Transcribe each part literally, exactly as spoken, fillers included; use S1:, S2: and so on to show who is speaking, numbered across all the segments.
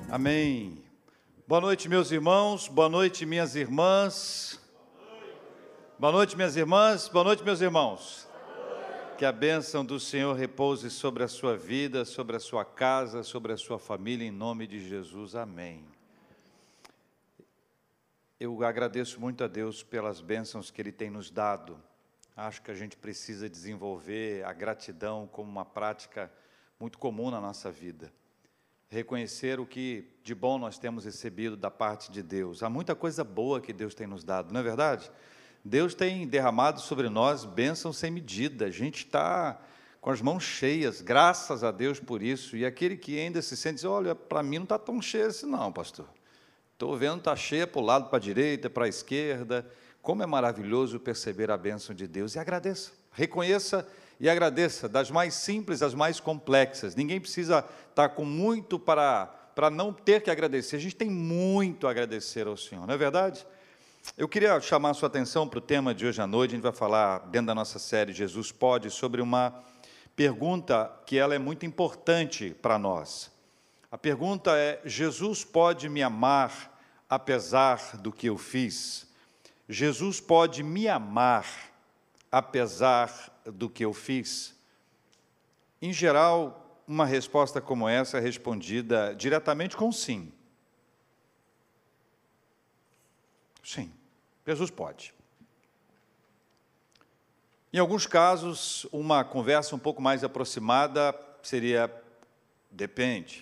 S1: Amém. Boa noite, meus irmãos. Boa noite, minhas irmãs. Boa noite, minhas irmãs. Boa noite, meus irmãos. Que a bênção do Senhor repouse sobre a sua vida, sobre a sua casa, sobre a sua família, em nome de Jesus. Amém. Eu agradeço muito a Deus pelas bênçãos que Ele tem nos dado. Acho que a gente precisa desenvolver a gratidão como uma prática muito comum na nossa vida. Reconhecer o que de bom nós temos recebido da parte de Deus. Há muita coisa boa que Deus tem nos dado, não é verdade? Deus tem derramado sobre nós bênçãos sem medida. A gente está com as mãos cheias, graças a Deus por isso. E aquele que ainda se sente, diz, olha, para mim não está tão cheio assim não, pastor. Estou vendo que está cheia para o lado, para a direita, para a esquerda. Como é maravilhoso perceber a bênção de Deus. E agradeça, reconheça e agradeça, das mais simples às mais complexas. Ninguém precisa estar com muito para, para não ter que agradecer. A gente tem muito a agradecer ao Senhor, não é verdade? Eu queria chamar a sua atenção para o tema de hoje à noite. A gente vai falar, dentro da nossa série Jesus Pode, sobre uma pergunta que ela é muito importante para nós. A pergunta é, Jesus pode me amar apesar do que eu fiz? Jesus pode me amar apesar do que eu fiz? Em geral, uma resposta como essa é respondida diretamente com sim. Sim, Jesus pode. Em alguns casos, uma conversa um pouco mais aproximada seria depende.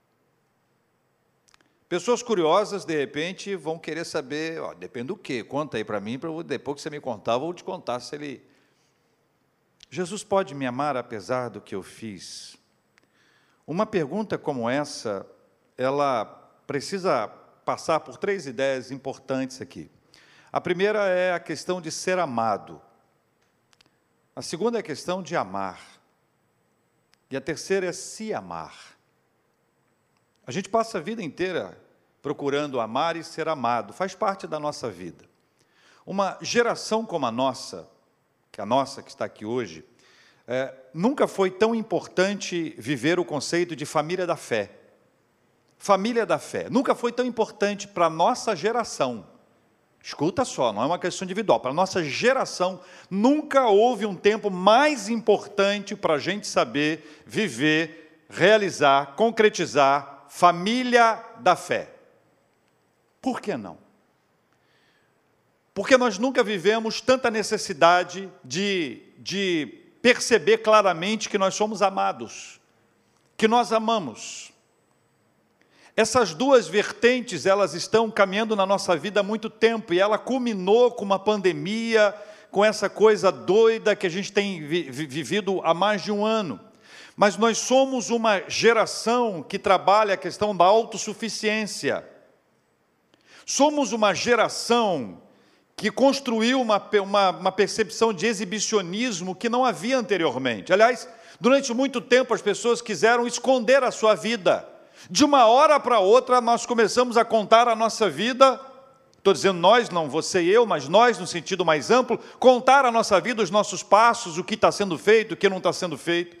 S1: Pessoas curiosas, de repente, vão querer saber, ó, depende do quê? Conta aí para mim, para depois que você me contar, eu vou te contar se ele... Jesus pode me amar apesar do que eu fiz? Uma pergunta como essa, ela precisa passar por três ideias importantes aqui. A primeira é a questão de ser amado. A segunda é a questão de amar. E a terceira é se amar. A gente passa a vida inteira procurando amar e ser amado, faz parte da nossa vida. Uma geração como a nossa, que a nossa que está aqui hoje, é, nunca foi tão importante viver o conceito de família da fé. Família da fé. Nunca foi tão importante para a nossa geração. Escuta só, não é uma questão individual. Para a nossa geração, nunca houve um tempo mais importante para a gente saber viver, realizar, concretizar família da fé. Por que não? Porque nós nunca vivemos tanta necessidade de, de perceber claramente que nós somos amados, que nós amamos. Essas duas vertentes, elas estão caminhando na nossa vida há muito tempo, e ela culminou com uma pandemia, com essa coisa doida que a gente tem vi- vivido há mais de um ano. Mas nós somos uma geração que trabalha a questão da autossuficiência. Somos uma geração que construiu uma, uma, uma percepção de exibicionismo que não havia anteriormente. Aliás, durante muito tempo as pessoas quiseram esconder a sua vida. De uma hora para outra nós começamos a contar a nossa vida, estou dizendo nós, não você e eu, mas nós no sentido mais amplo, contar a nossa vida, os nossos passos, o que está sendo feito, o que não está sendo feito.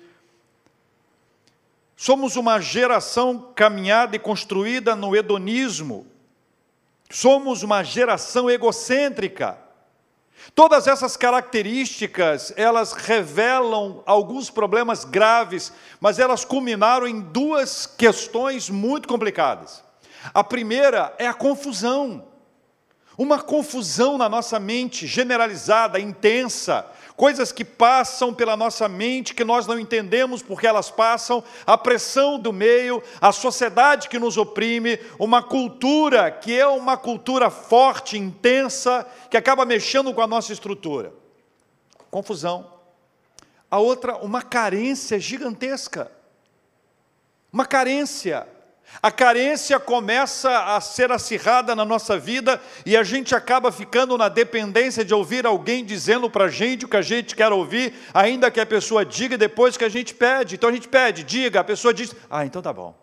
S1: Somos uma geração caminhada e construída no hedonismo. Somos uma geração egocêntrica. Todas essas características, elas revelam alguns problemas graves, mas elas culminaram em duas questões muito complicadas. A primeira é a confusão. Uma confusão na nossa mente, generalizada, intensa, coisas que passam pela nossa mente, que nós não entendemos porque elas passam, a pressão do meio, a sociedade que nos oprime, uma cultura que é uma cultura forte, intensa, que acaba mexendo com a nossa estrutura. Confusão. A outra, uma carência gigantesca. Uma carência. A carência começa a ser acirrada na nossa vida e a gente acaba ficando na dependência de ouvir alguém dizendo para a gente o que a gente quer ouvir, ainda que a pessoa diga depois que a gente pede. Então a gente pede, diga, a pessoa diz, ah, então tá bom.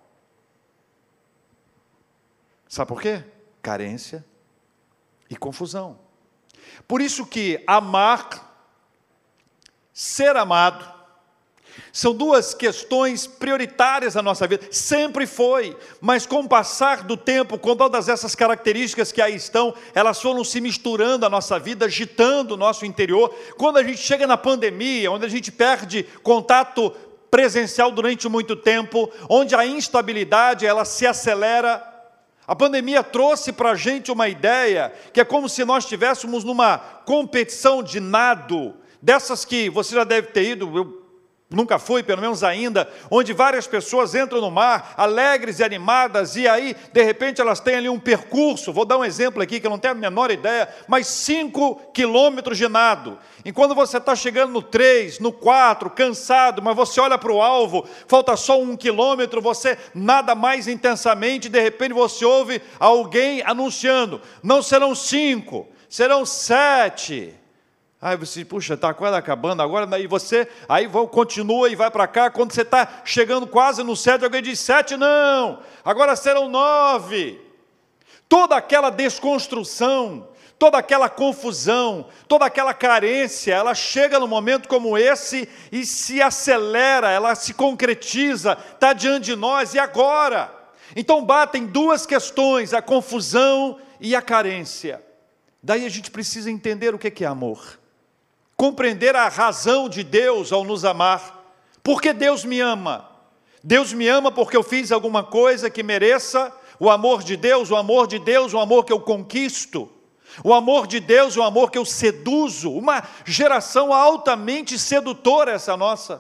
S1: Sabe por quê? Carência e confusão. Por isso que amar, ser amado, São duas questões prioritárias na nossa vida, sempre foi, mas com o passar do tempo, com todas essas características que aí estão, elas foram se misturando à nossa vida, agitando o nosso interior. Quando a gente chega na pandemia, onde a gente perde contato presencial durante muito tempo, onde a instabilidade ela se acelera, a pandemia trouxe para a gente uma ideia que é como se nós estivéssemos numa competição de nado, dessas que você já deve ter ido, eu nunca fui, pelo menos ainda, onde várias pessoas entram no mar, alegres e animadas, e aí, de repente, elas têm ali um percurso, vou dar um exemplo aqui, que eu não tenho a menor ideia, mas cinco quilômetros de nado. E quando você está chegando no três, no quatro, cansado, mas você olha para o alvo, falta só um quilômetro, você nada mais intensamente, de repente você ouve alguém anunciando, não serão cinco, serão sete. Aí você, puxa, está quase acabando agora, aí você, aí continua e vai para cá, quando você está chegando quase no sete, alguém diz, sete não, agora serão nove. Toda aquela desconstrução, toda aquela confusão, toda aquela carência, ela chega num momento como esse e se acelera, ela se concretiza, está diante de nós, e agora? Então batem duas questões, a confusão e a carência. Daí a gente precisa entender o que é amor. Compreender a razão de Deus ao nos amar. Por que Deus me ama? Deus me ama porque eu fiz alguma coisa que mereça o amor de Deus, o amor de Deus, o amor que eu conquisto, o amor de Deus, o amor que eu seduzo. Uma geração altamente sedutora essa nossa.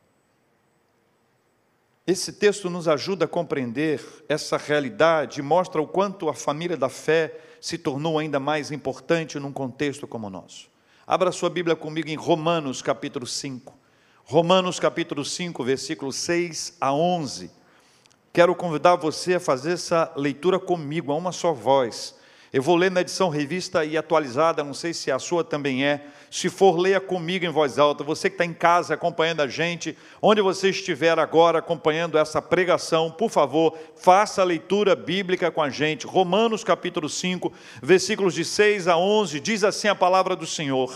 S1: Esse texto nos ajuda a compreender essa realidade e mostra o quanto a família da fé se tornou ainda mais importante num contexto como o nosso. Abra sua Bíblia comigo em Romanos capítulo cinco. Romanos capítulo cinco, versículos seis a onze. Quero convidar você a fazer essa leitura comigo, a uma só voz. Eu vou ler na edição revista e atualizada, não sei se a sua também é. Se for, leia comigo em voz alta. Você que está em casa acompanhando a gente, onde você estiver agora acompanhando essa pregação, por favor, faça a leitura bíblica com a gente. Romanos capítulo cinco, versículos de seis a onze, diz assim a palavra do Senhor.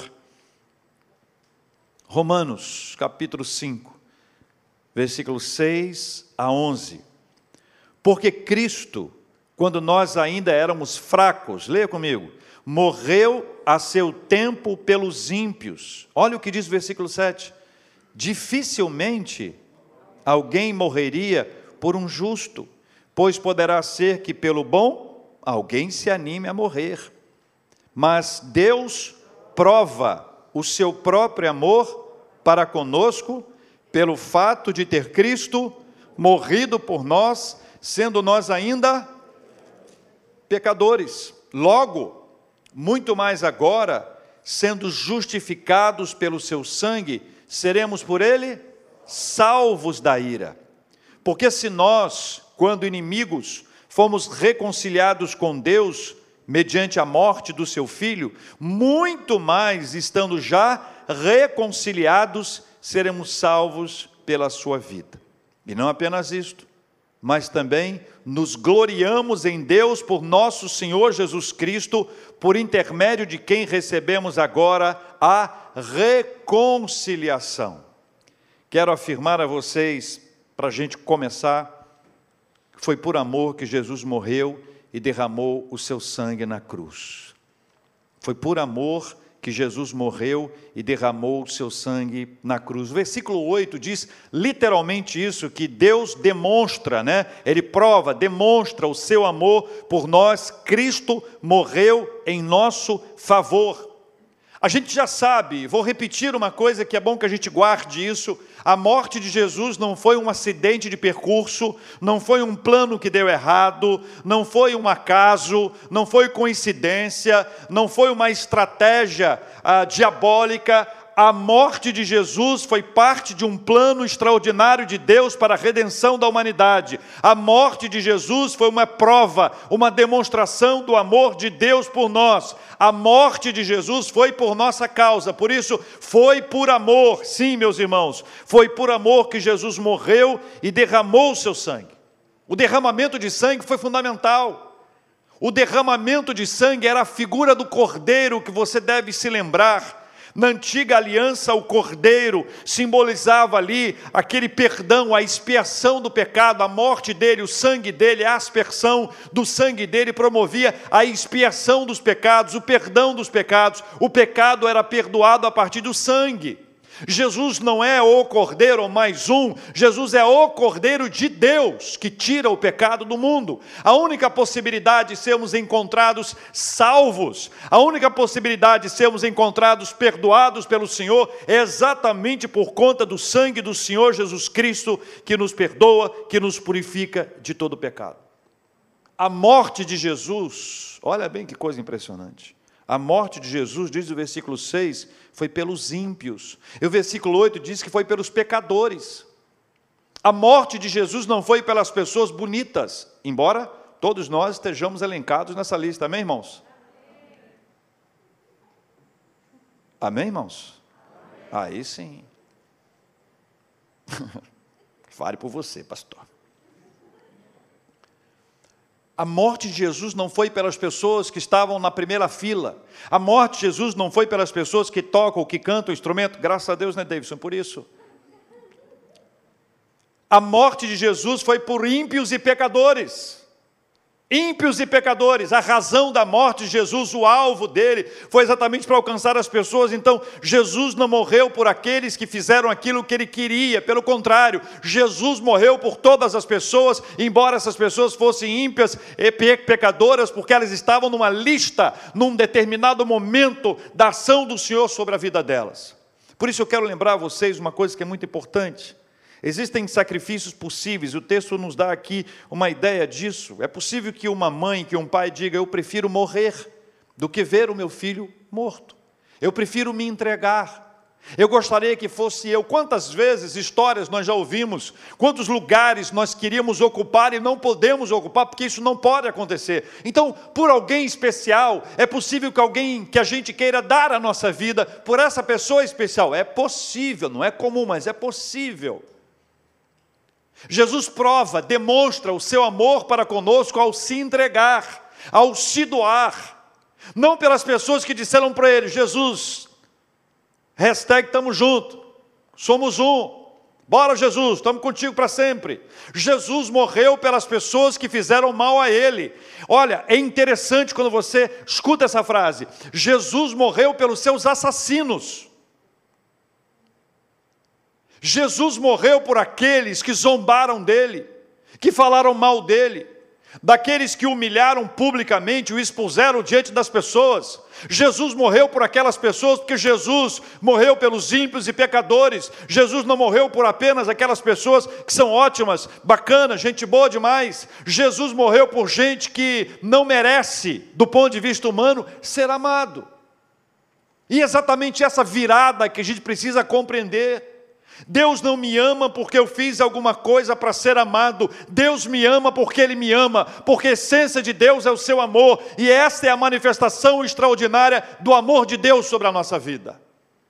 S1: Romanos capítulo cinco, versículos seis a onze. Porque Cristo, quando nós ainda éramos fracos, leia comigo, morreu a seu tempo pelos ímpios. Olha o que diz o versículo sete. Dificilmente alguém morreria por um justo, pois poderá ser que pelo bom alguém se anime a morrer. Mas Deus prova o seu próprio amor para conosco, pelo fato de ter Cristo morrido por nós, sendo nós ainda pecadores. Logo, muito mais agora, sendo justificados pelo seu sangue, seremos por ele salvos da ira. Porque se nós, quando inimigos, fomos reconciliados com Deus, mediante a morte do seu Filho, muito mais, estando já reconciliados, seremos salvos pela sua vida. E não apenas isto, mas também nos gloriamos em Deus por nosso Senhor Jesus Cristo, por intermédio de quem recebemos agora a reconciliação. Quero afirmar a vocês, para a gente começar, que foi por amor que Jesus morreu e derramou o seu sangue na cruz. Foi por amor que Jesus morreu e derramou o seu sangue na cruz. O versículo oito diz literalmente isso, que Deus demonstra, né? Ele prova, demonstra o seu amor por nós. Cristo morreu em nosso favor. A gente já sabe, vou repetir uma coisa que é bom que a gente guarde isso, a morte de Jesus não foi um acidente de percurso, não foi um plano que deu errado, não foi um acaso, não foi coincidência, não foi uma estratégia ah, diabólica. A morte de Jesus foi parte de um plano extraordinário de Deus para a redenção da humanidade. A morte de Jesus foi uma prova, uma demonstração do amor de Deus por nós. A morte de Jesus foi por nossa causa, por isso foi por amor, sim, meus irmãos, foi por amor que Jesus morreu e derramou o seu sangue. O derramamento de sangue foi fundamental. O derramamento de sangue era a figura do cordeiro que você deve se lembrar. Na antiga aliança, o cordeiro simbolizava ali aquele perdão, a expiação do pecado, a morte dele, o sangue dele, a aspersão do sangue dele promovia a expiação dos pecados, o perdão dos pecados. O pecado era perdoado a partir do sangue. Jesus não é o cordeiro mais um, Jesus é o cordeiro de Deus que tira o pecado do mundo. A única possibilidade de sermos encontrados salvos, a única possibilidade de sermos encontrados perdoados pelo Senhor é exatamente por conta do sangue do Senhor Jesus Cristo, que nos perdoa, que nos purifica de todo pecado. A morte de Jesus, olha bem que coisa impressionante. A morte de Jesus, diz o versículo seis, foi pelos ímpios. E o versículo oito diz que foi pelos pecadores. A morte de Jesus não foi pelas pessoas bonitas, embora todos nós estejamos elencados nessa lista. Amém, irmãos? Amém, irmãos? Amém. Aí sim. Fale por você, pastor. A morte de Jesus não foi pelas pessoas que estavam na primeira fila. A morte de Jesus não foi pelas pessoas que tocam, que cantam o instrumento. Graças a Deus, né, Davidson, por isso. A morte de Jesus foi por ímpios e pecadores. Ímpios e pecadores. A razão da morte de Jesus, o alvo dele, foi exatamente para alcançar as pessoas. Então, Jesus não morreu por aqueles que fizeram aquilo que ele queria. Pelo contrário, Jesus morreu por todas as pessoas, embora essas pessoas fossem ímpias e pecadoras, porque elas estavam numa lista, num determinado momento da ação do Senhor sobre a vida delas. Por isso eu quero lembrar a vocês uma coisa que é muito importante. Existem sacrifícios possíveis, o texto nos dá aqui uma ideia disso. É possível que uma mãe, que um pai diga: eu prefiro morrer do que ver o meu filho morto. Eu prefiro me entregar. Eu gostaria que fosse eu. Quantas vezes, histórias nós já ouvimos, quantos lugares nós queríamos ocupar e não podemos ocupar, porque isso não pode acontecer. Então, por alguém especial, é possível que alguém, que a gente queira dar a nossa vida, por essa pessoa especial. É possível, não é comum, mas é possível. Jesus prova, demonstra o seu amor para conosco ao se entregar, ao se doar. Não pelas pessoas que disseram para ele: Jesus, hashtag estamos juntos, somos um, bora Jesus, estamos contigo para sempre. Jesus morreu pelas pessoas que fizeram mal a ele. Olha, é interessante quando você escuta essa frase: Jesus morreu pelos seus assassinos. Jesus morreu por aqueles que zombaram dele, que falaram mal dele, daqueles que humilharam publicamente, o expuseram diante das pessoas. Jesus morreu por aquelas pessoas, porque Jesus morreu pelos ímpios e pecadores. Jesus não morreu por apenas aquelas pessoas que são ótimas, bacanas, gente boa demais. Jesus morreu por gente que não merece, do ponto de vista humano, ser amado. E exatamente essa virada que a gente precisa compreender. Deus não me ama porque eu fiz alguma coisa para ser amado. Deus me ama porque Ele me ama, porque a essência de Deus é o seu amor, e esta é a manifestação extraordinária do amor de Deus sobre a nossa vida.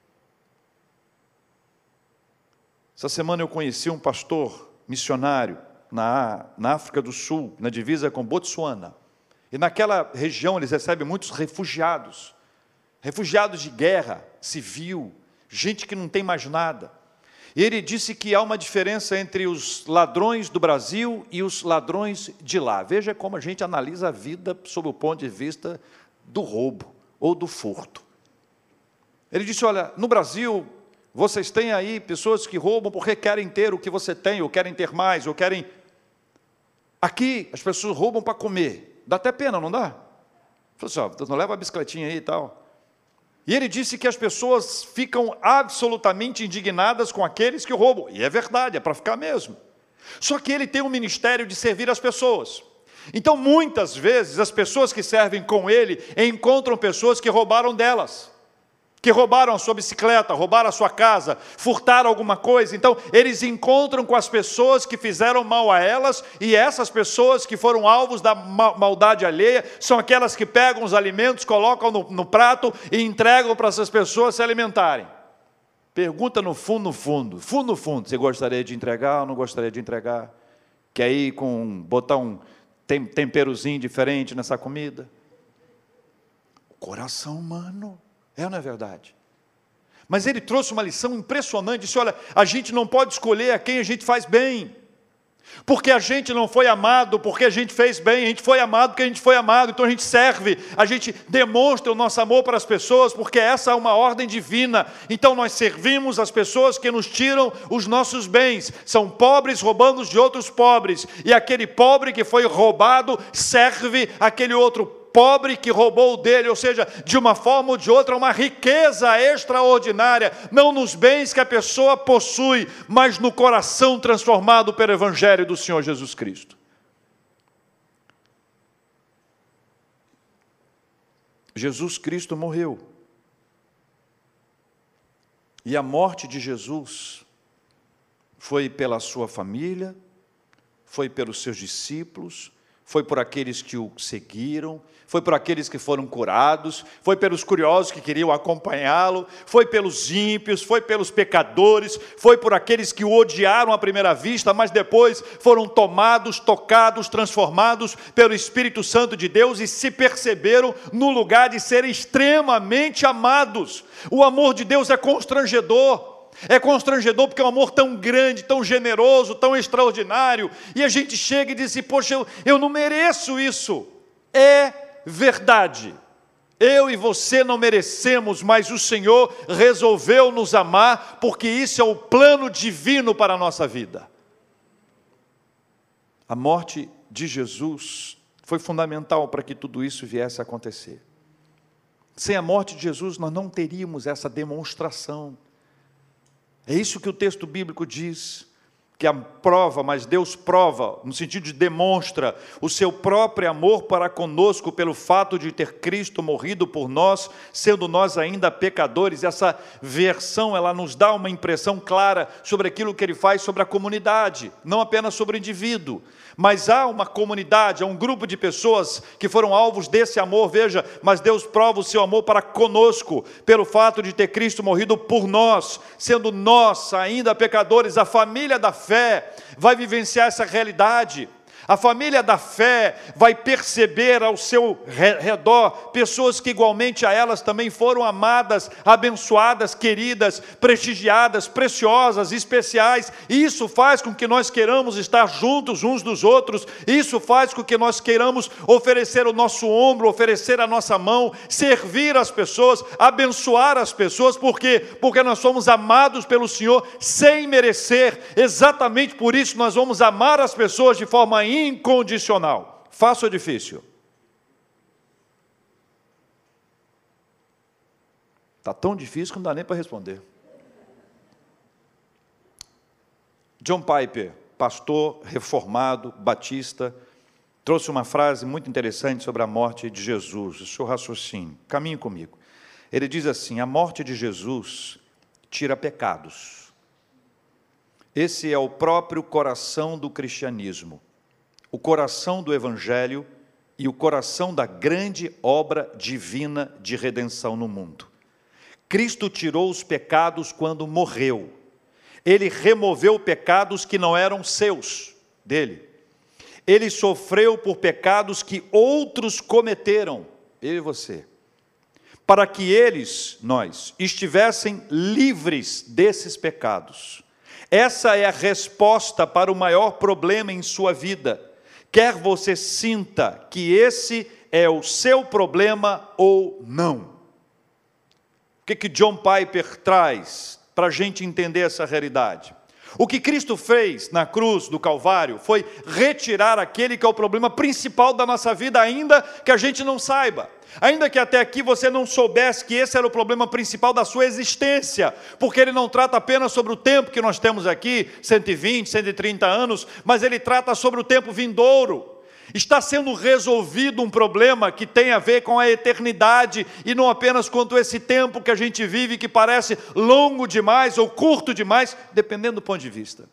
S1: Essa semana eu conheci um pastor missionário na, na África do Sul, na divisa com Botsuana, e naquela região eles recebem muitos refugiados, refugiados de guerra civil, gente que não tem mais nada. E ele disse que há uma diferença entre os ladrões do Brasil e os ladrões de lá. Veja como a gente analisa a vida sob o ponto de vista do roubo ou do furto. Ele disse: olha, no Brasil, vocês têm aí pessoas que roubam porque querem ter o que você tem, ou querem ter mais, ou querem... Aqui, as pessoas roubam para comer. Dá até pena, não dá? Falei assim: ó, não leva a bicicletinha aí e tal. E ele disse que as pessoas ficam absolutamente indignadas com aqueles que roubam. E é verdade, é para ficar mesmo. Só que ele tem um ministério de servir as pessoas. Então, muitas vezes, as pessoas que servem com ele encontram pessoas que roubaram delas, que roubaram a sua bicicleta, roubaram a sua casa, furtaram alguma coisa. Então, eles encontram com as pessoas que fizeram mal a elas, e essas pessoas que foram alvos da maldade alheia, são aquelas que pegam os alimentos, colocam no, no prato e entregam para essas pessoas se alimentarem. Pergunta no fundo, no fundo, fundo, no fundo, você gostaria de entregar ou não gostaria de entregar? Quer ir com, botar um tem, temperozinho diferente nessa comida? O coração humano. É ou não é verdade? Mas ele trouxe uma lição impressionante, disse, olha, a gente não pode escolher a quem a gente faz bem, porque a gente não foi amado, porque a gente fez bem, a gente foi amado porque a gente foi amado, então a gente serve, a gente demonstra o nosso amor para as pessoas, porque essa é uma ordem divina, então nós servimos as pessoas que nos tiram os nossos bens, são pobres roubando de outros pobres, e aquele pobre que foi roubado serve aquele outro pobre que roubou dele, ou seja, de uma forma ou de outra, uma riqueza extraordinária, não nos bens que a pessoa possui, mas no coração transformado pelo Evangelho do Senhor Jesus Cristo. Jesus Cristo morreu. E a morte de Jesus foi pela sua família, foi pelos seus discípulos, foi por aqueles que o seguiram, foi por aqueles que foram curados, foi pelos curiosos que queriam acompanhá-lo, foi pelos ímpios, foi pelos pecadores, foi por aqueles que o odiaram à primeira vista, mas depois foram tomados, tocados, transformados pelo Espírito Santo de Deus e se perceberam no lugar de serem extremamente amados. O amor de Deus é constrangedor. É constrangedor porque é um amor tão grande, tão generoso, tão extraordinário, e a gente chega e diz assim, poxa, eu, eu não mereço isso. É verdade, eu e você não merecemos, mas o Senhor resolveu nos amar, porque isso é o plano divino para a nossa vida. A morte de Jesus foi fundamental para que tudo isso viesse a acontecer. Sem a morte de Jesus, nós não teríamos essa demonstração. É isso que o texto bíblico diz, que a prova, mas Deus prova, no sentido de demonstra o seu próprio amor para conosco, pelo fato de ter Cristo morrido por nós, sendo nós ainda pecadores. Essa versão, ela nos dá uma impressão clara sobre aquilo que ele faz sobre a comunidade, não apenas sobre o indivíduo, mas há uma comunidade, há um grupo de pessoas que foram alvos desse amor. Veja, mas Deus prova o seu amor para conosco, pelo fato de ter Cristo morrido por nós, sendo nós ainda pecadores. A família da fé vai vivenciar essa realidade. A família da fé vai perceber ao seu redor pessoas que igualmente a elas também foram amadas, abençoadas, queridas, prestigiadas, preciosas, especiais. E isso faz com que nós queiramos estar juntos uns dos outros. Isso faz com que nós queiramos oferecer o nosso ombro, oferecer a nossa mão, servir as pessoas, abençoar as pessoas. Por quê? Porque nós somos amados pelo Senhor sem merecer. Exatamente por isso nós vamos amar as pessoas de forma incondicional. Fácil ou difícil? Está tão difícil que não dá nem para responder. John Piper, pastor reformado, batista, trouxe uma frase muito interessante sobre a morte de Jesus, o seu raciocínio. Caminhe comigo. Ele diz assim: a morte de Jesus tira pecados. Esse é o próprio coração do cristianismo, o coração do Evangelho e o coração da grande obra divina de redenção no mundo. Cristo tirou os pecados quando morreu. Ele removeu pecados que não eram seus, dele. Ele sofreu por pecados que outros cometeram, eu e você, para que eles, nós, estivessem livres desses pecados. Essa é a resposta para o maior problema em sua vida. Quer você sinta que esse é o seu problema ou não. O que que John Piper traz para a gente entender essa realidade? O que Cristo fez na cruz do Calvário foi retirar aquele que é o problema principal da nossa vida, ainda que a gente não saiba. Ainda que até aqui você não soubesse que esse era o problema principal da sua existência, porque ele não trata apenas sobre o tempo que nós temos aqui, cento e vinte, cento e trinta anos, mas ele trata sobre o tempo vindouro. Está sendo resolvido um problema que tem a ver com a eternidade, e não apenas quanto esse tempo que a gente vive, que parece longo demais ou curto demais, dependendo do ponto de vista.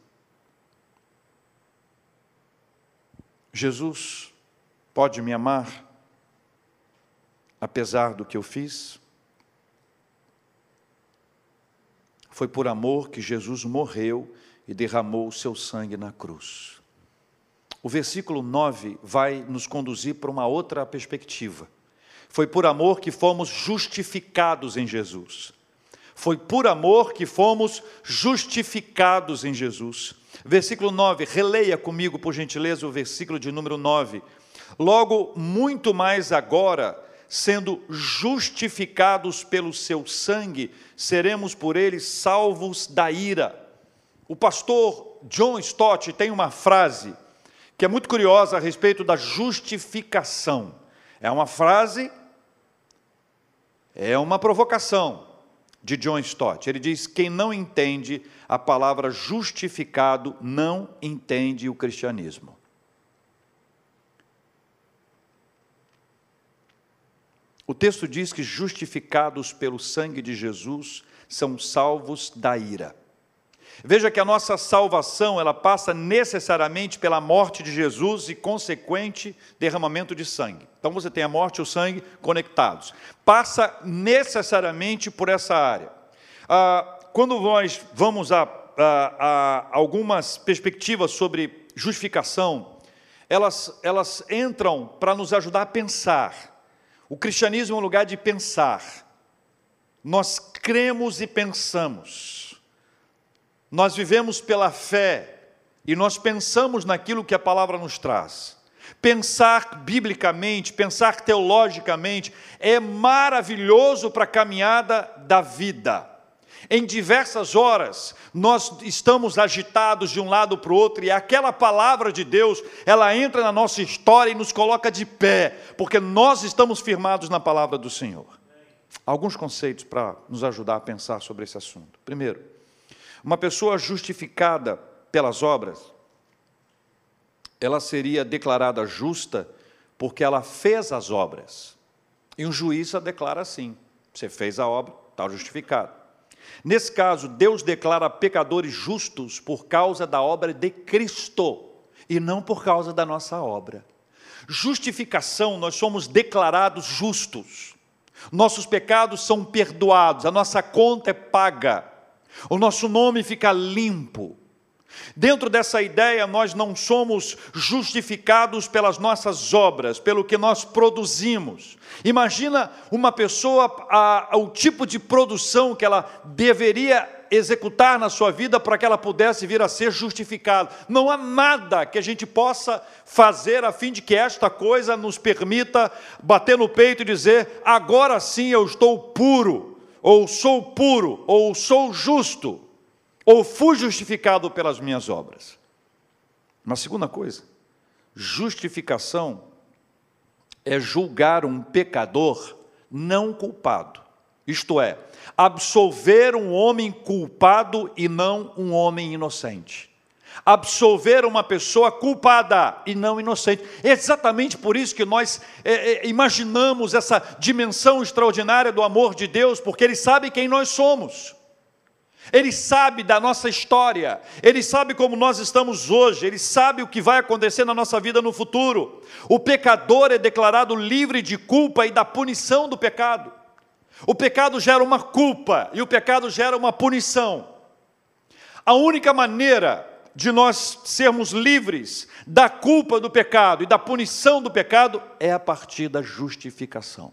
S1: Jesus pode me amar apesar do que eu fiz? Foi por amor que Jesus morreu e derramou o seu sangue na cruz. O versículo nove vai nos conduzir para uma outra perspectiva. Foi por amor que fomos justificados em Jesus. Foi por amor que fomos justificados em Jesus. Versículo nove, releia comigo, por gentileza, o versículo de número nove. Logo, muito mais agora, sendo justificados pelo seu sangue, seremos por ele salvos da ira. O pastor John Stott tem uma frase que é muito curiosa a respeito da justificação. É uma frase, é uma provocação de John Stott. Ele diz: quem não entende a palavra justificado não entende o cristianismo. O texto diz que justificados pelo sangue de Jesus são salvos da ira. Veja que a nossa salvação, ela passa necessariamente pela morte de Jesus e consequente derramamento de sangue. Então você tem a morte e o sangue conectados. Passa necessariamente por essa área. Ah, quando nós vamos a, a, a algumas perspectivas sobre justificação, elas, elas entram para nos ajudar a pensar. O cristianismo é um lugar de pensar. Nós cremos e pensamos. Nós vivemos pela fé e nós pensamos naquilo que a palavra nos traz. Pensar biblicamente, pensar teologicamente é maravilhoso para a caminhada da vida. Em diversas horas, nós estamos agitados de um lado para o outro, e aquela palavra de Deus, ela entra na nossa história e nos coloca de pé, porque nós estamos firmados na palavra do Senhor. Alguns conceitos para nos ajudar a pensar sobre esse assunto. Primeiro, uma pessoa justificada pelas obras, ela seria declarada justa porque ela fez as obras. E um juiz a declara assim: você fez a obra, está justificado. Nesse caso, Deus declara pecadores justos por causa da obra de Cristo, e não por causa da nossa obra. Justificação, nós somos declarados justos. Nossos pecados são perdoados, a nossa conta é paga, o nosso nome fica limpo. Dentro dessa ideia, nós não somos justificados pelas nossas obras, pelo que nós produzimos. Imagina uma pessoa, a, a, o tipo de produção que ela deveria executar na sua vida para que ela pudesse vir a ser justificada. Não há nada que a gente possa fazer a fim de que esta coisa nos permita bater no peito e dizer: agora sim eu estou puro, ou sou puro, ou sou justo, ou fui justificado pelas minhas obras. Uma segunda coisa, justificação é julgar um pecador não culpado. Isto é, absolver um homem culpado e não um homem inocente. Absolver uma pessoa culpada e não inocente. É exatamente por isso que nós é, é, imaginamos essa dimensão extraordinária do amor de Deus, porque Ele sabe quem nós somos. Ele sabe da nossa história, Ele sabe como nós estamos hoje, Ele sabe o que vai acontecer na nossa vida no futuro. O pecador é declarado livre de culpa e da punição do pecado. O pecado gera uma culpa e o pecado gera uma punição. A única maneira de nós sermos livres da culpa do pecado e da punição do pecado é a partir da justificação.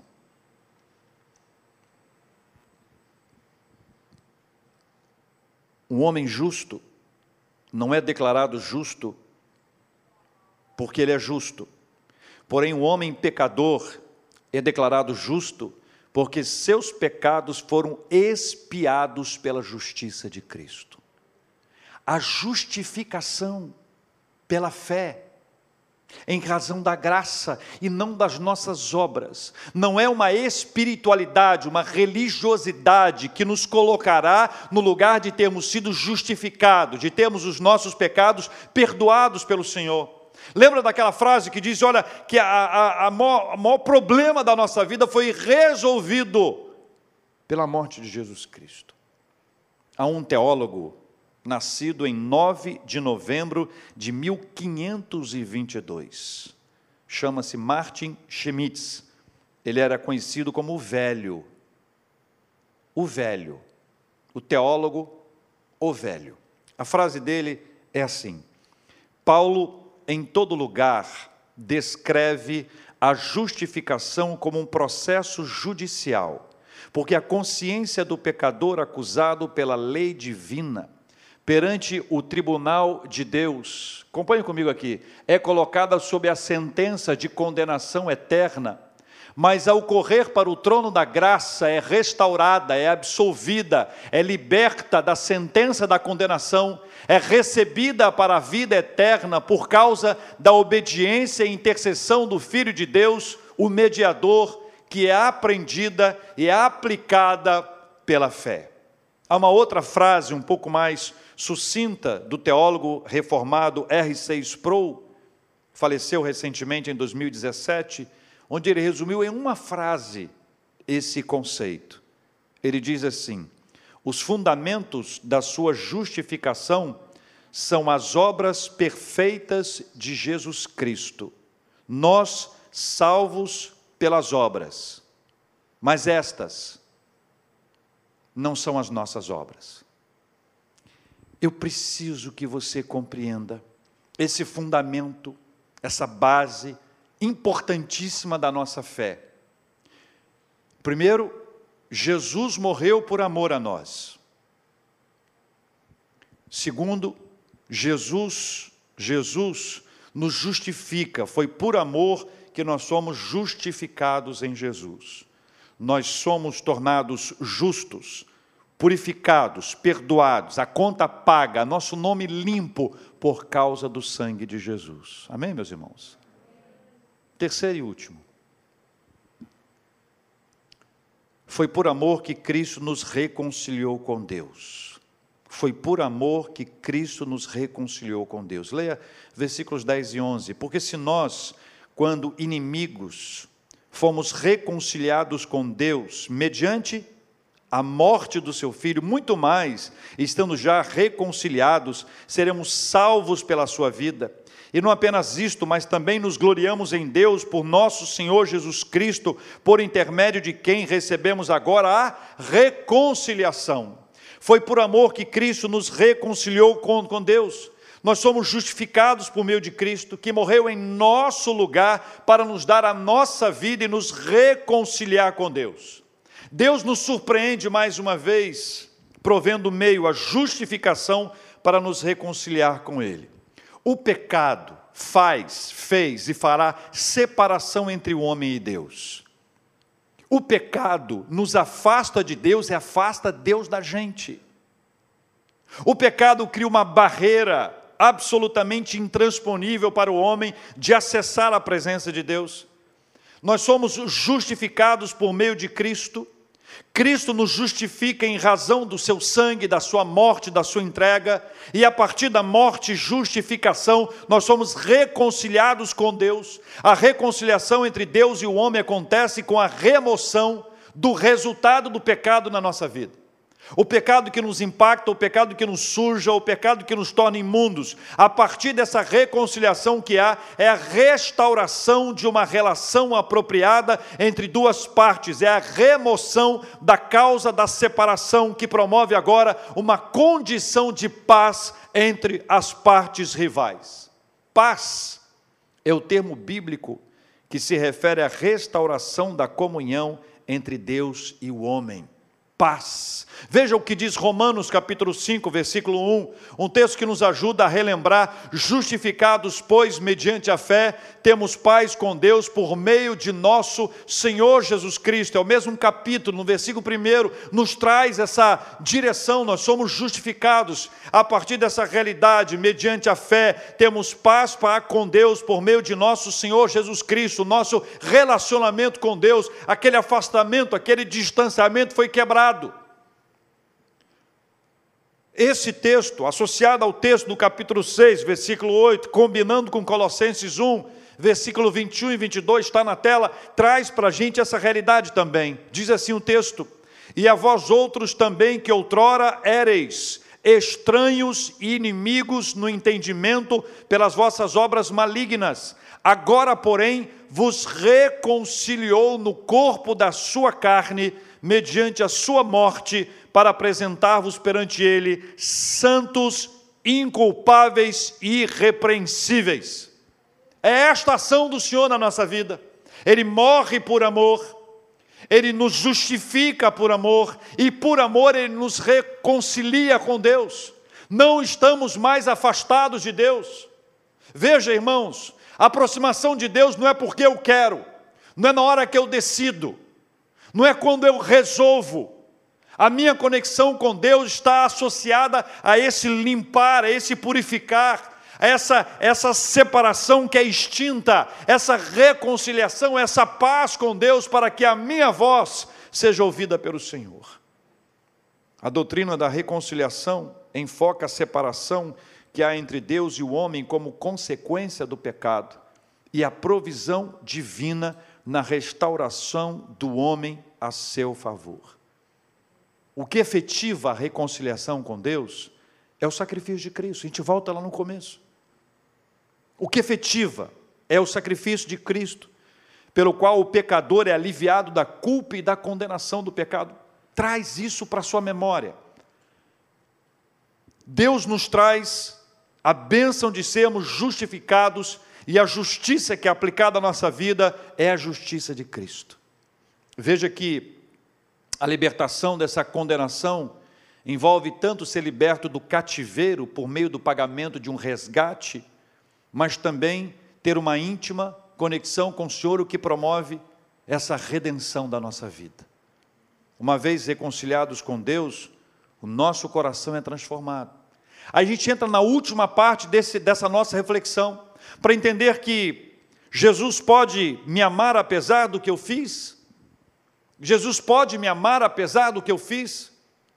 S1: Um homem justo não é declarado justo porque ele é justo. Porém, um homem pecador é declarado justo porque seus pecados foram expiados pela justiça de Cristo. A justificação pela fé, em razão da graça e não das nossas obras, não é uma espiritualidade, uma religiosidade que nos colocará no lugar de termos sido justificados, de termos os nossos pecados perdoados pelo Senhor. Lembra daquela frase que diz, olha, que a, a, a maior, o maior problema da nossa vida foi resolvido pela morte de Jesus Cristo. Há um teólogo nascido em nove de novembro de mil quinhentos e vinte e dois. Chama-se Martin Schmitz. Ele era conhecido como o Velho. O Velho. O teólogo, o Velho. A frase dele é assim: Paulo, em todo lugar, descreve a justificação como um processo judicial, porque a consciência do pecador acusado pela lei divina perante o tribunal de Deus, acompanhe comigo aqui, é colocada sob a sentença de condenação eterna, mas ao correr para o trono da graça é restaurada, é absolvida, é liberta da sentença da condenação, é recebida para a vida eterna por causa da obediência e intercessão do Filho de Deus, o mediador, que é aprendida e é aplicada pela fé. Há uma outra frase um pouco mais sucinta do teólogo reformado R C Sproul, faleceu recentemente em dois mil e dezessete, onde ele resumiu em uma frase esse conceito. Ele diz assim: os fundamentos da sua justificação são as obras perfeitas de Jesus Cristo, nós salvos pelas obras, mas estas não são as nossas obras. Eu preciso que você compreenda esse fundamento, essa base importantíssima da nossa fé. Primeiro, Jesus morreu por amor a nós. Segundo, Jesus, Jesus nos justifica, foi por amor que nós somos justificados em Jesus. Nós somos tornados justos, purificados, perdoados, a conta paga, nosso nome limpo por causa do sangue de Jesus. Amém, meus irmãos? Terceiro e último. Foi por amor que Cristo nos reconciliou com Deus. Foi por amor que Cristo nos reconciliou com Deus. Leia versículos dez e onze. Porque se nós, quando inimigos, fomos reconciliados com Deus, mediante a morte do seu Filho, muito mais, estando já reconciliados, seremos salvos pela sua vida. E não apenas isto, mas também nos gloriamos em Deus por nosso Senhor Jesus Cristo, por intermédio de quem recebemos agora a reconciliação. Foi por amor que Cristo nos reconciliou com, com Deus. Nós somos justificados por meio de Cristo, que morreu em nosso lugar para nos dar a nossa vida e nos reconciliar com Deus. Deus nos surpreende mais uma vez, provendo meio a justificação para nos reconciliar com Ele. O pecado faz, fez e fará separação entre o homem e Deus. O pecado nos afasta de Deus e afasta Deus da gente. O pecado cria uma barreira absolutamente intransponível para o homem de acessar a presença de Deus. Nós somos justificados por meio de Cristo. Cristo nos justifica em razão do seu sangue, da sua morte, da sua entrega, e a partir da morte e justificação, nós somos reconciliados com Deus. A reconciliação entre Deus e o homem acontece com a remoção do resultado do pecado na nossa vida. O pecado que nos impacta, o pecado que nos suja, o pecado que nos torna imundos. A partir dessa reconciliação que há, é a restauração de uma relação apropriada entre duas partes. É a remoção da causa da separação que promove agora uma condição de paz entre as partes rivais. Paz é o termo bíblico que se refere à restauração da comunhão entre Deus e o homem. Paz. Veja o que diz Romanos capítulo cinco, versículo um, um texto que nos ajuda a relembrar: justificados, pois, mediante a fé, temos paz com Deus por meio de nosso Senhor Jesus Cristo. É o mesmo capítulo, no versículo primeiro, nos traz essa direção. Nós somos justificados a partir dessa realidade, mediante a fé, temos paz para com Deus por meio de nosso Senhor Jesus Cristo. Nosso relacionamento com Deus, aquele afastamento, aquele distanciamento foi quebrado. Esse texto, associado ao texto do capítulo seis, versículo oito, combinando com Colossenses um, versículo vinte e um e vinte e dois, está na tela, traz para a gente essa realidade também. Diz assim o texto: e a vós outros também, que outrora éreis estranhos e inimigos no entendimento pelas vossas obras malignas, agora, porém, vos reconciliou no corpo da sua carne, mediante a sua morte, para apresentar-vos perante Ele santos, inculpáveis e irrepreensíveis. É esta ação do Senhor na nossa vida. Ele morre por amor, Ele nos justifica por amor, e por amor Ele nos reconcilia com Deus. Não estamos mais afastados de Deus. Veja, irmãos, a aproximação de Deus não é porque eu quero, não é na hora que eu decido, não é quando eu resolvo. A minha conexão com Deus está associada a esse limpar, a esse purificar, a essa, essa separação que é extinta, essa reconciliação, essa paz com Deus, para que a minha voz seja ouvida pelo Senhor. A doutrina da reconciliação enfoca a separação que há entre Deus e o homem como consequência do pecado e a provisão divina na restauração do homem a seu favor. O que efetiva a reconciliação com Deus é o sacrifício de Cristo. A gente volta lá no começo. O que efetiva é o sacrifício de Cristo, pelo qual o pecador é aliviado da culpa e da condenação do pecado. Traz isso para a sua memória. Deus nos traz a bênção de sermos justificados, e a justiça que é aplicada à nossa vida é a justiça de Cristo. Veja que a libertação dessa condenação envolve tanto ser liberto do cativeiro por meio do pagamento de um resgate, mas também ter uma íntima conexão com o Senhor, o que promove essa redenção da nossa vida. Uma vez reconciliados com Deus, o nosso coração é transformado. A gente entra na última parte desse, dessa nossa reflexão, para entender que Jesus pode me amar apesar do que eu fiz? Jesus pode me amar apesar do que eu fiz?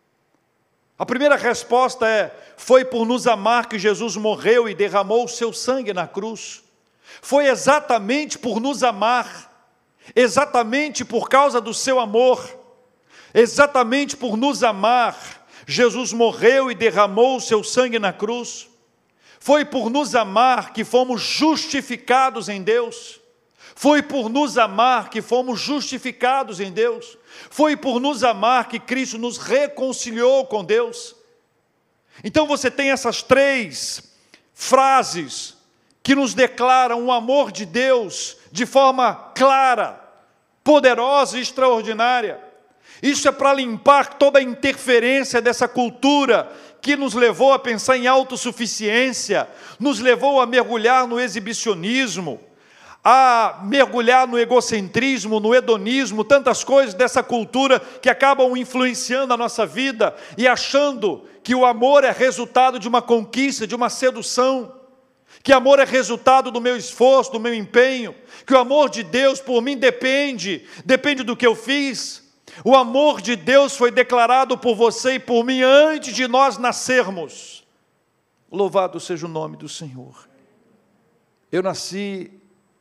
S1: A primeira resposta é: foi por nos amar que Jesus morreu e derramou o seu sangue na cruz. Foi exatamente por nos amar, exatamente por causa do seu amor, exatamente por nos amar, Jesus morreu e derramou o seu sangue na cruz. Foi por nos amar que fomos justificados em Deus. Foi por nos amar que fomos justificados em Deus. Foi por nos amar que Cristo nos reconciliou com Deus. Então você tem essas três frases que nos declaram o amor de Deus de forma clara, poderosa e extraordinária. Isso é para limpar toda a interferência dessa cultura que nos levou a pensar em autossuficiência, nos levou a mergulhar no exibicionismo, a mergulhar no egocentrismo, no hedonismo, tantas coisas dessa cultura que acabam influenciando a nossa vida e achando que o amor é resultado de uma conquista, de uma sedução, que amor é resultado do meu esforço, do meu empenho, que o amor de Deus por mim depende, depende do que eu fiz. O amor de Deus foi declarado por você e por mim antes de nós nascermos. Louvado seja o nome do Senhor. Eu nasci,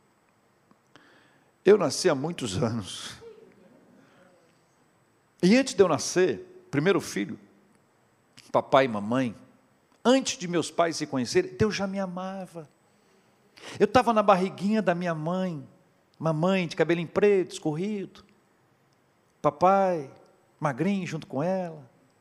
S1: eu nasci há muitos anos. E antes de eu nascer, primeiro filho, papai e mamãe, antes de meus pais se conhecerem, Deus já me amava. Eu estava na barriguinha da minha mãe, mamãe de cabelinho preto, escorrido, papai, magrinho junto com ela.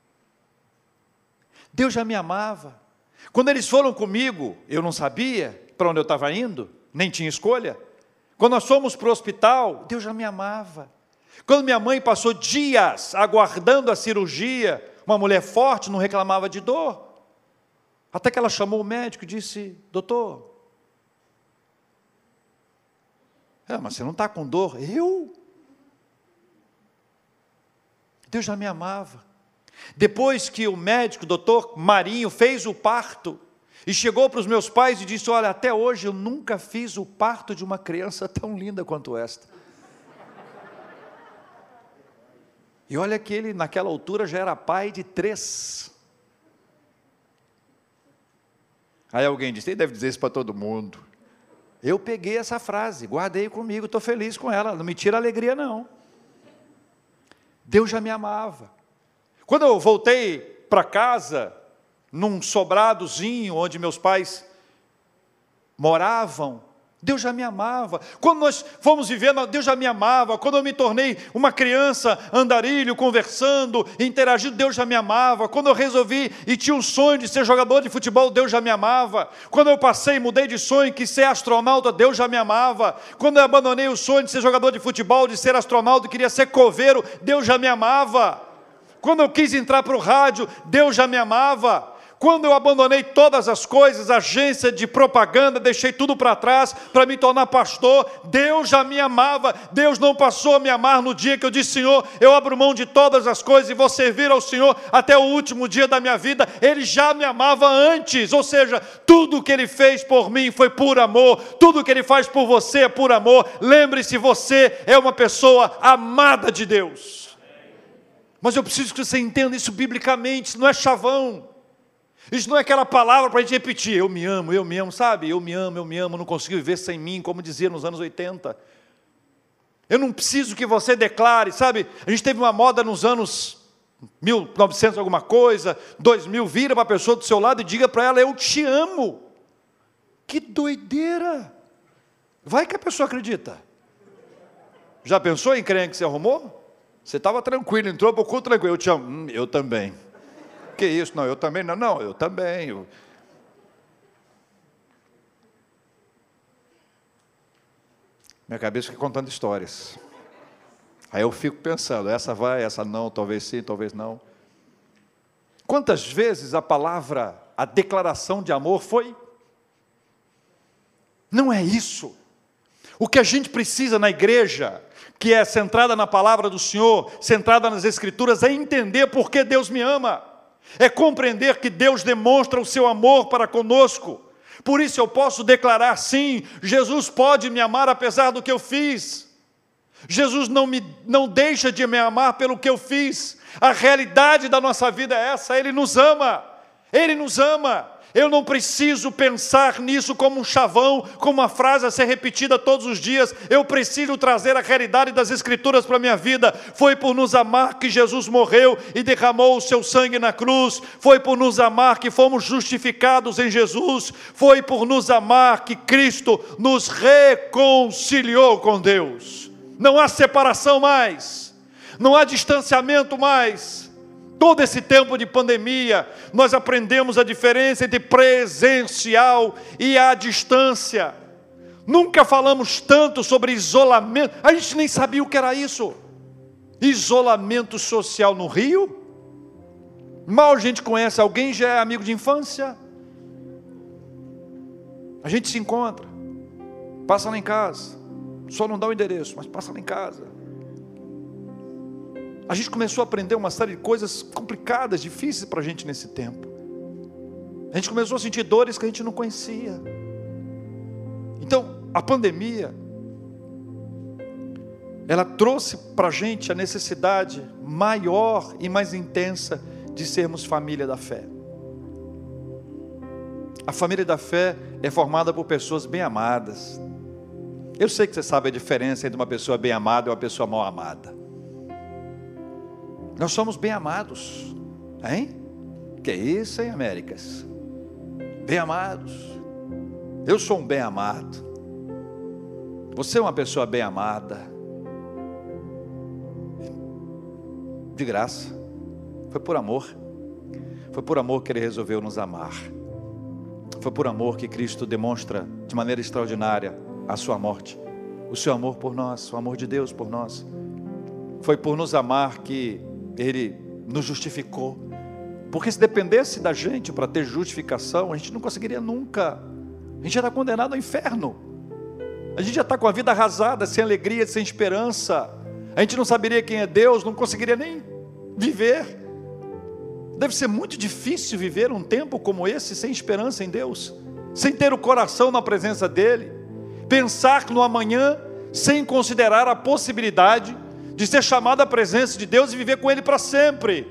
S1: Deus já me amava. Quando eles foram comigo, eu não sabia para onde eu estava indo, nem tinha escolha. Quando nós fomos para o hospital, Deus já me amava. Quando minha mãe passou dias aguardando a cirurgia, uma mulher forte, não reclamava de dor. Até que ela chamou o médico e disse: doutor, é, mas você não está com dor? Eu? Deus já me amava. Depois que o médico, o doutor Marinho, fez o parto, e chegou para os meus pais e disse: olha, até hoje eu nunca fiz o parto de uma criança tão linda quanto esta. E olha que ele, naquela altura, já era pai de três. Aí alguém disse: ele deve dizer isso para todo mundo. Eu peguei essa frase, guardei comigo, estou feliz com ela, não me tira a alegria não. Deus já me amava. Quando eu voltei para casa, num sobradozinho onde meus pais moravam, Deus já me amava. Quando nós fomos vivendo, Deus já me amava. Quando eu me tornei uma criança andarilho, conversando, interagindo, Deus já me amava. Quando eu resolvi e tinha um sonho de ser jogador de futebol, Deus já me amava. Quando eu passei e mudei de sonho, quis ser astronauta, Deus já me amava. Quando eu abandonei o sonho de ser jogador de futebol, de ser astronauta, queria ser coveiro, Deus já me amava. Quando eu quis entrar para o rádio, Deus já me amava. Quando eu abandonei todas as coisas, agência de propaganda, deixei tudo para trás para me tornar pastor, Deus já me amava. Deus não passou a me amar no dia que eu disse: Senhor, eu abro mão de todas as coisas e vou servir ao Senhor até o último dia da minha vida. Ele já me amava antes, ou seja, tudo que Ele fez por mim foi por amor, tudo que Ele faz por você é por amor. Lembre-se, você é uma pessoa amada de Deus. Mas eu preciso que você entenda isso biblicamente, isso não é chavão. Isso não é aquela palavra para a gente repetir: eu me amo, eu me amo, sabe? Eu me amo, eu me amo, não consigo viver sem mim, como dizia nos anos oitenta. Eu não preciso que você declare, sabe? A gente teve uma moda nos anos mil e novecentos alguma coisa, dois mil, vira para a pessoa do seu lado e diga para ela: eu te amo. Que doideira! Vai que a pessoa acredita. Já pensou em crente que você arrumou? Você estava tranquilo, entrou para o culto tranquilo: eu te amo. Hum, eu também. Que isso? Não, eu também não. Não, eu também. Eu... Minha cabeça fica contando histórias. Aí eu fico pensando: essa vai, essa não, talvez sim, talvez não. Quantas vezes a palavra, a declaração de amor foi? Não é isso. O que a gente precisa na igreja, que é centrada na palavra do Senhor, centrada nas Escrituras, é entender por que Deus me ama. É compreender que Deus demonstra o seu amor para conosco. Por isso eu posso declarar: sim, Jesus pode me amar apesar do que eu fiz. Jesus não, me, não deixa de me amar pelo que eu fiz. A realidade da nossa vida é essa: Ele nos ama. Ele nos ama. Eu não preciso pensar nisso como um chavão, como uma frase a ser repetida todos os dias. Eu preciso trazer a realidade das Escrituras para a minha vida. Foi por nos amar que Jesus morreu e derramou o seu sangue na cruz. Foi por nos amar que fomos justificados em Jesus. Foi por nos amar que Cristo nos reconciliou com Deus. Não há separação mais. Não há distanciamento mais. Todo esse tempo de pandemia, nós aprendemos a diferença entre presencial e a distância. Nunca falamos tanto sobre isolamento. A gente nem sabia o que era isso. Isolamento social no Rio. Mal a gente conhece alguém, já é amigo de infância. A gente se encontra, passa lá em casa. Só não dá o endereço, mas passa lá em casa. A gente começou a aprender uma série de coisas complicadas, difíceis para a gente nesse tempo. A gente começou a sentir dores que a gente não conhecia. Então, a pandemia, ela trouxe para a gente a necessidade maior e mais intensa de sermos família da fé. A família da fé é formada por pessoas bem amadas. Eu sei que você sabe a diferença entre uma pessoa bem amada e uma pessoa mal amada. Nós somos bem amados, hein? Que isso, hein, Américas? Bem amados. Eu sou um bem amado. Você é uma pessoa bem amada. De graça. Foi por amor. Foi por amor que Ele resolveu nos amar. Foi por amor que Cristo demonstra de maneira extraordinária a sua morte. O seu amor por nós, o amor de Deus por nós. Foi por nos amar que Ele nos justificou. Porque se dependesse da gente para ter justificação, a gente não conseguiria nunca. A gente já está condenado ao inferno. A gente já está com a vida arrasada, sem alegria, sem esperança. A gente não saberia quem é Deus, não conseguiria nem viver. Deve ser muito difícil viver um tempo como esse, sem esperança em Deus, sem ter o coração na presença dEle, pensar no amanhã, sem considerar a possibilidade de ser chamado à presença de Deus e viver com Ele para sempre.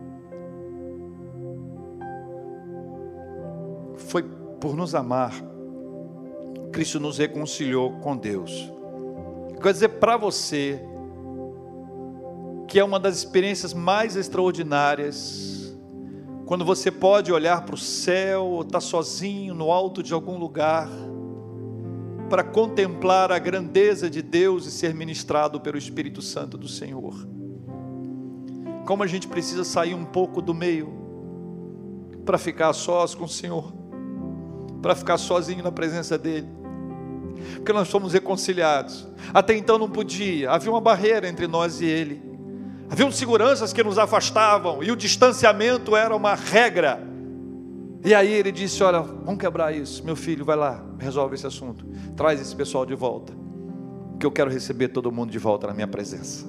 S1: Foi por nos amar, Cristo nos reconciliou com Deus. Quer dizer para você, que é uma das experiências mais extraordinárias, quando você pode olhar para o céu, ou está sozinho no alto de algum lugar, para contemplar a grandeza de Deus e ser ministrado pelo Espírito Santo do Senhor. Como a gente precisa sair um pouco do meio para ficar sós com o Senhor, para ficar sozinho na presença dEle, porque nós fomos reconciliados. Até então não podia, havia uma barreira entre nós e Ele, haviam seguranças que nos afastavam, e o distanciamento era uma regra. E aí Ele disse: olha, vamos quebrar isso, meu filho, vai lá, resolve esse assunto, traz esse pessoal de volta, que eu quero receber todo mundo de volta na minha presença.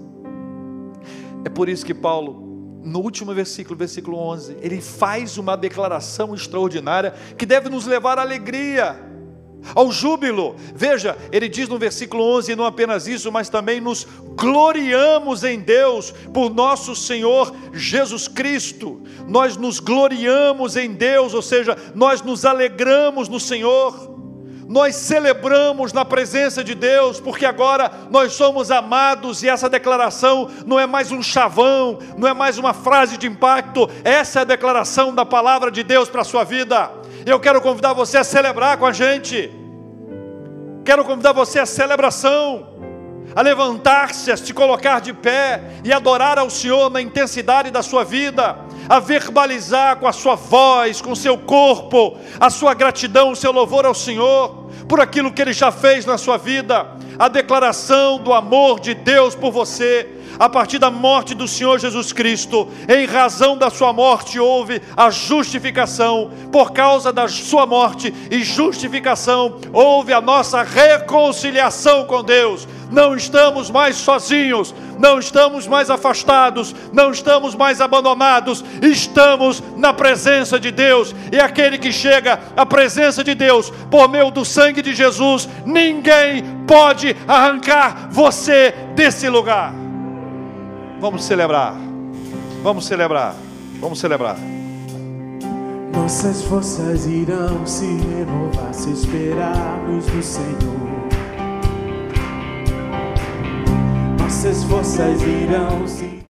S1: É por isso que Paulo, no último versículo, versículo onze, ele faz uma declaração extraordinária, que deve nos levar à alegria, ao júbilo. Veja, ele diz no versículo onze, e não apenas isso, mas também nos gloriamos em Deus, por nosso Senhor Jesus Cristo. Nós nos gloriamos em Deus, ou seja, nós nos alegramos no Senhor, nós celebramos na presença de Deus, porque agora nós somos amados, e essa declaração não é mais um chavão, não é mais uma frase de impacto, essa é a declaração da palavra de Deus para a sua vida. Eu quero convidar você a celebrar com a gente, quero convidar você à celebração, a levantar-se, a se colocar de pé e adorar ao Senhor na intensidade da sua vida, a verbalizar com a sua voz, com o seu corpo, a sua gratidão, o seu louvor ao Senhor, por aquilo que Ele já fez na sua vida, a declaração do amor de Deus por você. A partir da morte do Senhor Jesus Cristo, em razão da sua morte houve a justificação, por causa da sua morte e justificação houve a nossa reconciliação com Deus. Não estamos mais sozinhos, não estamos mais afastados, não estamos mais abandonados, estamos na presença de Deus. E aquele que chega à presença de Deus por meio do sangue de Jesus, ninguém pode arrancar você desse lugar. Vamos celebrar, vamos celebrar, vamos celebrar.
S2: Nossas forças irão se renovar se esperarmos no Senhor. Nossas forças irão se